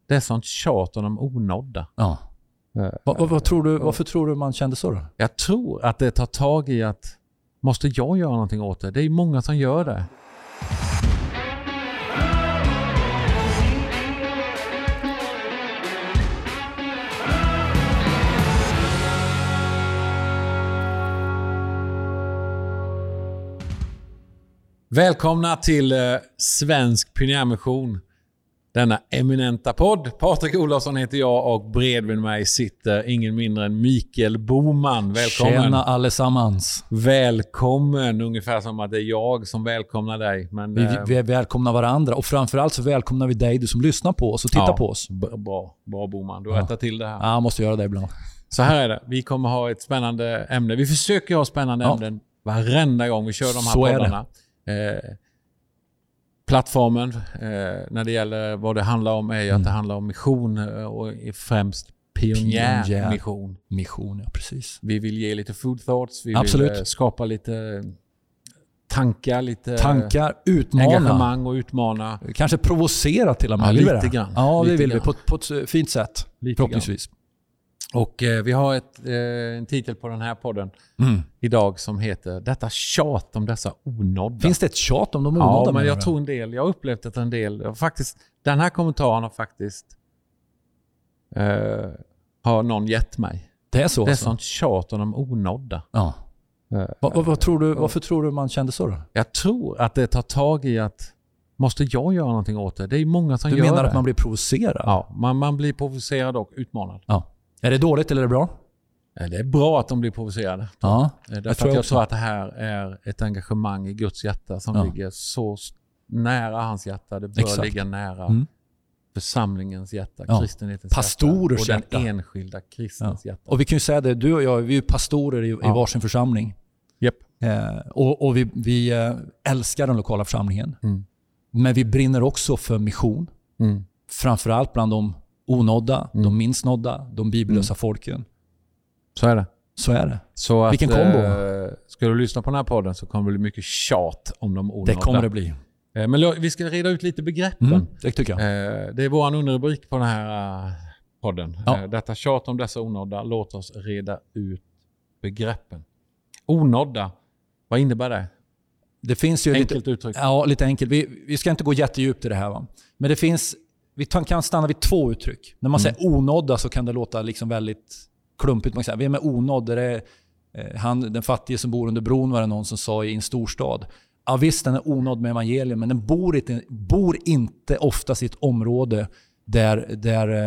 Det är sånt tjat om de onådda. Ja. Varför tror du man kände så då? Jag tror att det tar tag i att måste jag göra någonting åt det? Det är många som gör det. Välkomna till Svensk Pionjärmission. Denna eminenta podd. Patrik Olofsson heter jag och bredvid mig sitter ingen mindre än Mikael Boman. Välkommen. Tjena allesammans. Välkommen, ungefär som att det är jag som välkomnar dig. Men, vi välkomnar varandra och framförallt så välkomnar vi dig, du som lyssnar på oss och tittar på oss. Bra Boman, du rättar till det här. Ja, måste göra det ibland. Så här är det, vi kommer ha ett spännande ämne. Vi försöker ha spännande ämnen varenda gång vi kör de här poddarna. Plattformen när det gäller vad det handlar om är ju att det handlar om mission och främst pionjärmission. Mission, ja precis. Vi vill ge lite food thoughts, vi vill skapa lite tankar, utmana, engagemang och utmana. Kanske provocera till och med. Ja, lite grann. Ja, det vill vi på ett fint sätt, förhoppningsvis. Och vi har en titel på den här podden idag som heter Detta tjat om dessa onådda. Finns det ett tjat om de onådda? Ja, men jag tror jag har upplevt att en del, faktiskt, den här kommentaren har faktiskt har någon gett mig. Det är så? Det är sånt tjat om de onådda. Ja. Varför tror du man kände så då? Jag tror att det tar tag i att måste jag göra någonting åt det? Det är många som gör det. Du menar att man blir provocerad? Ja, man blir provocerad och utmanad. Ja. Är det dåligt eller är det bra? Det är bra att de blir provocerade. Ja, jag tror att det här är ett engagemang i Guds hjärta som ligger så nära hans hjärta. Det bör ligga nära församlingens hjärta, kristenhetens pastorers hjärta. Och den enskilda kristens hjärta. Och vi kan ju säga det, du och jag, vi är pastorer i varsin församling. Yep. Och vi älskar den lokala församlingen. Men vi brinner också för mission. Framförallt bland de onådda, de minst nådda, de bibellösa folken. Så är det. Så vilken kombo. Ska du lyssna på den här podden så kommer det bli mycket tjat om de onådda. Det kommer det bli. Men vi ska reda ut lite begreppen. Det tycker jag. Det är vår underrubrik på den här podden. Detta tjat om dessa onådda. Låt oss reda ut begreppen. Onådda, vad innebär det? Det finns ju enkelt uttryck. Ja, lite enkelt. Vi ska inte gå jättedjupt i det här, va? Men det finns, vi kan stanna vid två uttryck. När man säger onådda så kan det låta liksom väldigt klumpigt. Man säger, vem är onådd? Det är den fattige som bor under bron, var det någon som sa i en storstad. Ja visst, den är onådd med evangelium, men den bor inte oftast i ett område där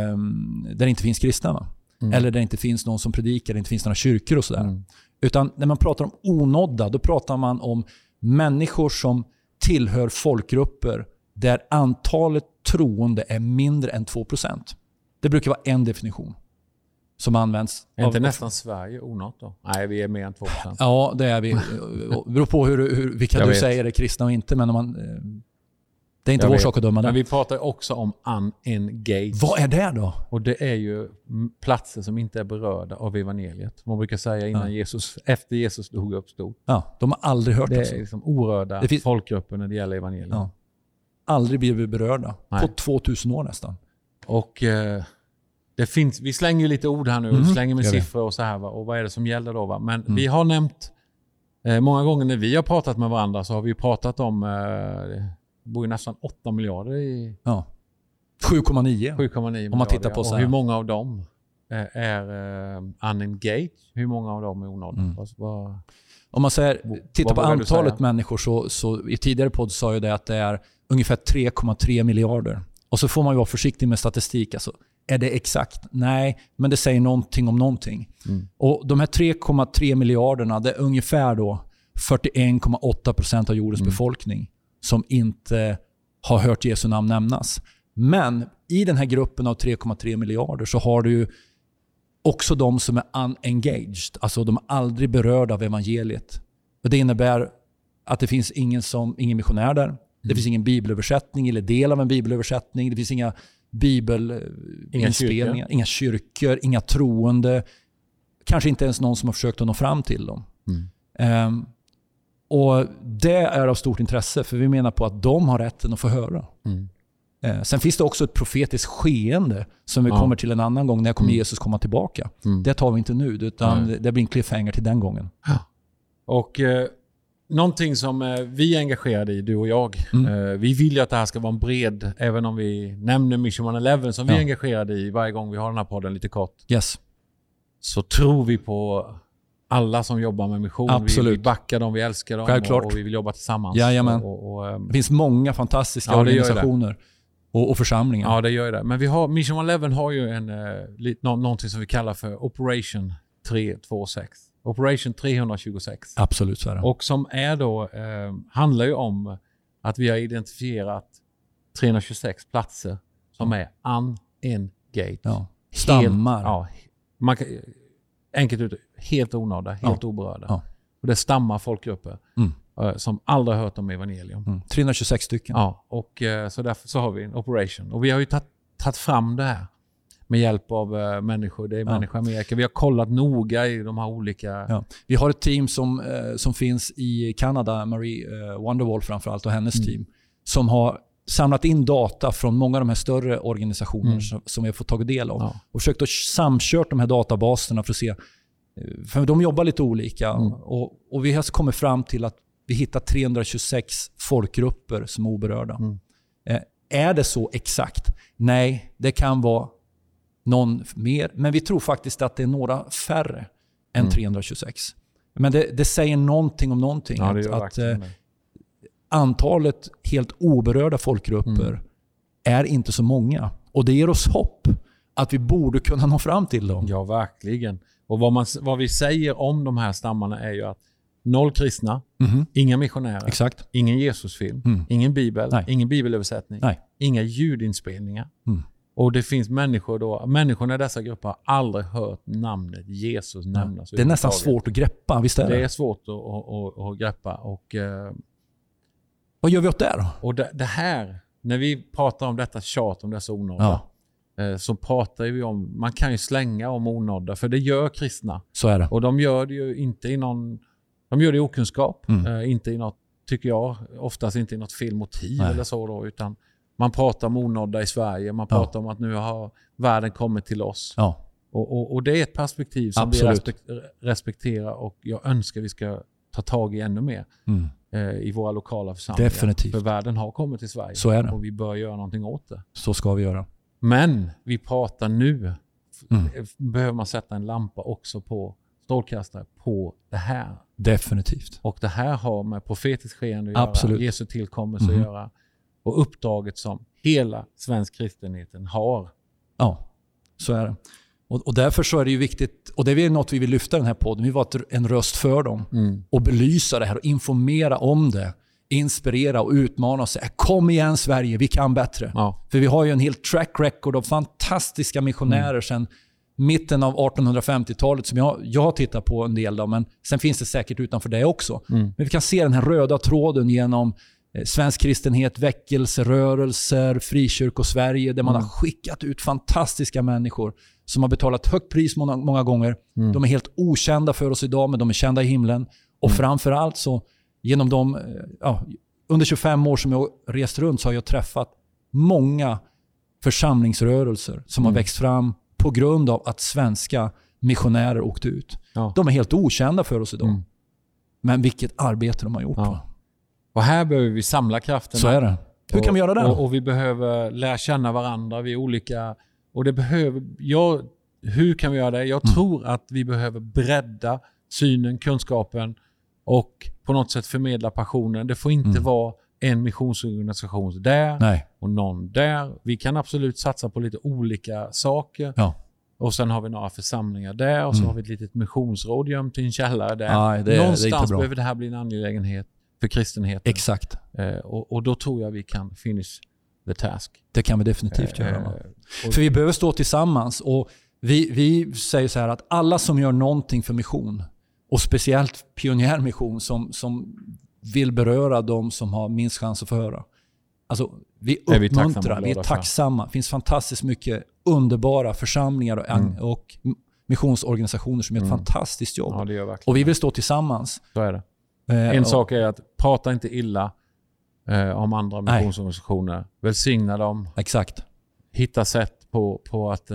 det inte finns kristna. Va? Eller där det inte finns någon som predikar, där det inte finns några kyrkor och sådär. Utan när man pratar om onådda, då pratar man om människor som tillhör folkgrupper där antalet troende är mindre än 2%. Det brukar vara en definition som används. Är inte nästan Sverige onått då? Nej, vi är mer än 2%. Ja, det är vi. Det beror på vilka du säger är kristna och inte. Men det är inte vår sak att döma det. Men vi pratar också om unengaged. Vad är det då? Och det är ju platser som inte är berörda av evangeliet. Man brukar säga efter Jesus dog och uppstod. Ja, de har aldrig hört det. Det är liksom orörda folkgrupper när det gäller evangeliet. Ja. Aldrig blivit berörda. Nej. På 2000 år nästan. Och det finns, vi slänger ju lite ord här nu. Vi slänger med siffror och så här. Va? Och vad är det som gäller då? Va? Men vi har nämnt många gånger när vi har pratat med varandra så har vi pratat om det bor ju nästan 8 miljarder i... Ja. 7,9 miljarder. Om man tittar på så här. Och hur många av dem är unengaged? Hur många av dem är onådda? Om man tittar på antalet människor så i tidigare podd sa ju det att det är ungefär 3,3 miljarder. Och så får man ju vara försiktig med statistik. Alltså, är det exakt? Nej, men det säger någonting om någonting. Och de här 3,3 miljarderna, det är ungefär då 41,8% av jordens befolkning som inte har hört Jesu namn nämnas. Men i den här gruppen av 3,3 miljarder så har du ju också de som är unengaged. Alltså de är aldrig berörda av evangeliet. Och det innebär att det finns ingen missionär där. Det finns ingen bibelöversättning eller del av en bibelöversättning. Det finns inga bibelinspelningar, inga kyrkor, inga troende. Kanske inte ens någon som har försökt att nå fram till dem. Och det är av stort intresse för vi menar på att de har rätten att få höra. Sen finns det också ett profetiskt skeende som vi kommer till en annan gång. När kommer Jesus komma tillbaka? Det tar vi inte nu, utan det blir en cliffhanger till den gången. Och någonting som vi är engagerade i, du och jag. Vi vill ju att det här ska vara en bred, även om vi nämner Mission 111 som vi är engagerade i varje gång vi har den här podden lite kort. Yes. Så tror vi på alla som jobbar med mission. Absolut. Vi backar dem, vi älskar dem och vi vill jobba tillsammans. Jajamän. Det finns många fantastiska organisationer och församlingar. Ja, det gör det. Men vi har, Mission 11 har ju någonting som vi kallar för Operation 326. Operation 326. Absolut, så är det. Och som är då, handlar ju om att vi har identifierat 326 platser som är unengaged. Ja. Stammar. Enkelt ut, helt onådda, helt oberörda. Ja. Och det stammar folkgrupper som aldrig har hört om evangelium. 326 stycken. Ja, och så därför så har vi en operation. Och vi har ju tagit fram det här med hjälp av människor. Det är människor i Amerika. Vi har kollat noga i de här olika... Ja. Vi har ett team som finns i Kanada, Marie Wonderwall framförallt och hennes team, som har samlat in data från många av de här större organisationerna som vi har fått tagit del av. Ja. Och försökt att samkört de här databaserna för att se. För de jobbar lite olika. Och vi har kommit fram till att vi hittar 326 folkgrupper som är oberörda. Är det så exakt? Nej, det kan vara någon mer. Men vi tror faktiskt att det är några färre än 326. Men det säger någonting om någonting. Ja, att antalet helt oberörda folkgrupper är inte så många. Och det ger oss hopp att vi borde kunna nå fram till dem. Ja, verkligen. Och vad vi säger om de här stammarna är ju att 0 kristna, inga missionärer, exakt. Ingen Jesusfilm, ingen bibel, ingen bibelöversättning, inga ljudinspelningar. Och det finns människorna i dessa grupper har aldrig hört namnet Jesus nämnas. Det är nästan svårt att greppa, visst är det? Det är svårt att greppa. Och vad gör vi åt det då? Och det här, när vi pratar om detta tjat om dessa onådda, så pratar vi om, man kan ju slänga om onådda, för det gör kristna. Så är det. Och de gör det ju inte de gör det i okunskap, inte i något, tycker jag, oftast inte i något fel motiv eller så då, utan man pratar om onådda i Sverige, man pratar om att nu har världen kommit till oss. Ja. Och det är ett perspektiv som vi respekterar, och jag önskar vi ska ta tag i ännu mer i våra lokala församlingar. Definitivt. För världen har kommit till Sverige. Så är det. Och vi bör göra någonting åt det. Så ska vi göra. Men vi pratar nu. Behöver man sätta en lampa också på strålkastare på det här. Definitivt. Och det här har med profetiskt skeende att göra. Absolut. Jesu tillkommelse att göra. Och uppdraget som hela svensk kristenheten har. Ja, så är det. Och därför så är det ju viktigt, och det är något vi vill lyfta i den här podden. Vi var en röst för dem och belysa det här och informera om det. Inspirera och utmana och säga, kom igen Sverige, vi kan bättre. Ja. För vi har ju en hel track record av fantastiska missionärer sedan mitten av 1850-talet som jag har tittat på en del av, men sen finns det säkert utanför det också. Men vi kan se den här röda tråden genom svensk kristenhet, väckelserörelser, frikyrkor-Sverige, där man har skickat ut fantastiska människor som har betalat högt pris många gånger. De är helt okända för oss idag, men de är kända i himlen. Och framförallt så genom under 25 år som jag rest runt så har jag träffat många församlingsrörelser som har växt fram på grund av att svenska missionärer åkte ut. Ja. De är helt okända för oss idag. Men vilket arbete de har gjort. Ja. Och här behöver vi samla krafterna. Så är det. Hur kan vi göra det? Och vi behöver lära känna varandra. Vi är olika. Och det hur kan vi göra det? Jag tror att vi behöver bredda synen, kunskapen och på något sätt förmedla passionen. Det får inte vara en missionsorganisation där och någon där. Vi kan absolut satsa på lite olika saker. Ja. Och sen har vi några församlingar där och så har vi ett litet missionsråd gömt i en källare där. Någonstans behöver det här bli en angelägenhet för kristenheten. Exakt. Och då tror jag vi kan finish the task. Det kan vi definitivt göra. För vi behöver stå tillsammans, och vi säger så här att alla som gör någonting för mission, och speciellt pionjärmission som vill beröra de som har minst chans att få höra. Alltså, vi uppmuntrar, vi är tacksamma. Det finns fantastiskt mycket underbara församlingar och missionsorganisationer som gör ett fantastiskt jobb. Ja, det gör verkligen. Och vi vill stå tillsammans. Så är det. En sak är att prata inte illa om andra missionsorganisationer. Välsigna dem. Exakt. Hitta sätt på att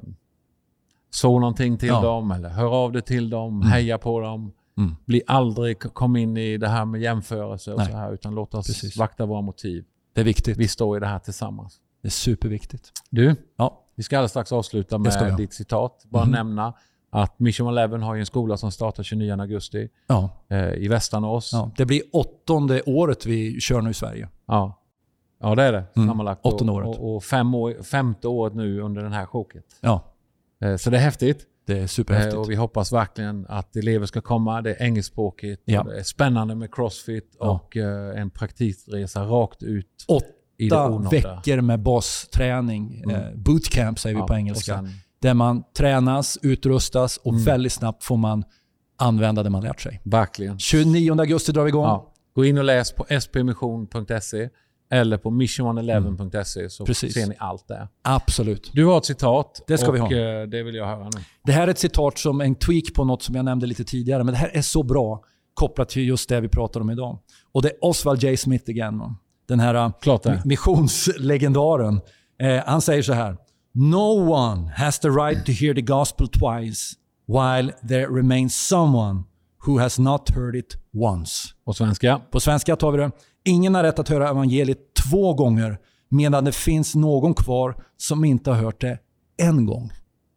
så någonting till dem eller hör av det till dem, heja på dem. Bli aldrig kom in i det här med jämförelse och så här, utan låt oss vakta våra motiv. Det är viktigt. Vi står i det här tillsammans. Det är superviktigt. Du, vi ska alldeles strax avsluta med ditt citat. Bara nämna att Mission 11 har ju en skola som startar 29 augusti i Västanås. Ja. Det blir 8:e året vi kör nu i Sverige. Ja, det är det. Sammanlagt. 8:e året. Och 5:e året nu under den här choket. Ja. Så det är häftigt. Det är superhäftigt. Och vi hoppas verkligen att elever ska komma. Det är engelskspråkigt. Det är spännande med CrossFit och en praktikresa rakt ut. 8 veckor med basträning. Bootcamp säger vi på engelska. Sen, där man tränas, utrustas och väldigt snabbt får man använda det man lärt sig. Verkligen. 29 augusti drar vi igång. Ja. Gå in och läs på spmission.se eller på mission11.se så ser ni allt där. Absolut. Du har ett citat. Det ska vi ha. Det vill jag höra nu. Det här är ett citat som en tweak på något som jag nämnde lite tidigare. Men det här är så bra kopplat till just det vi pratar om idag. Och det är Oswald J. Smith igen. Den här missionslegendaren. Han säger så här. No one has the right to hear the gospel twice while there remains someone who has not heard it once. På svenska? På svenska tar vi det. Ingen har rätt att höra evangeliet 2 gånger medan det finns någon kvar som inte har hört det en gång.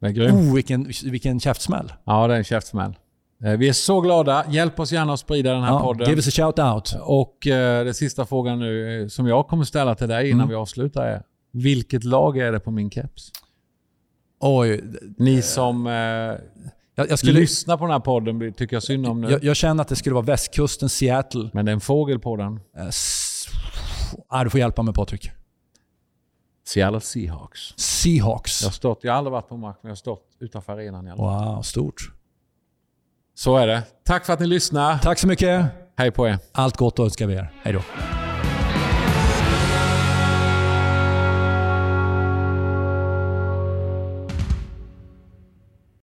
Vilken käftsmäll. Ja, det är en käftsmäll. Vi är så glada. Hjälp oss gärna att sprida den här podden. Give us a shout out. Och den sista frågan nu som jag kommer ställa till dig innan vi avslutar är: vilket lag är det på min keps? Oj. Ni som jag skulle lyssna på den här podden tycker jag synd om nu. Jag känner att det skulle vara västkusten, Seattle. Men det är en fågel på den. Du får hjälpa mig, Patrik. Seattle Seahawks. Seahawks. Jag har aldrig varit på mark, men jag har stått utanför arenan i alla fall. Wow, stort. Så är det. Tack för att ni lyssnar. Tack så mycket. Hej på er. Allt gott önskar vi er. Hej då.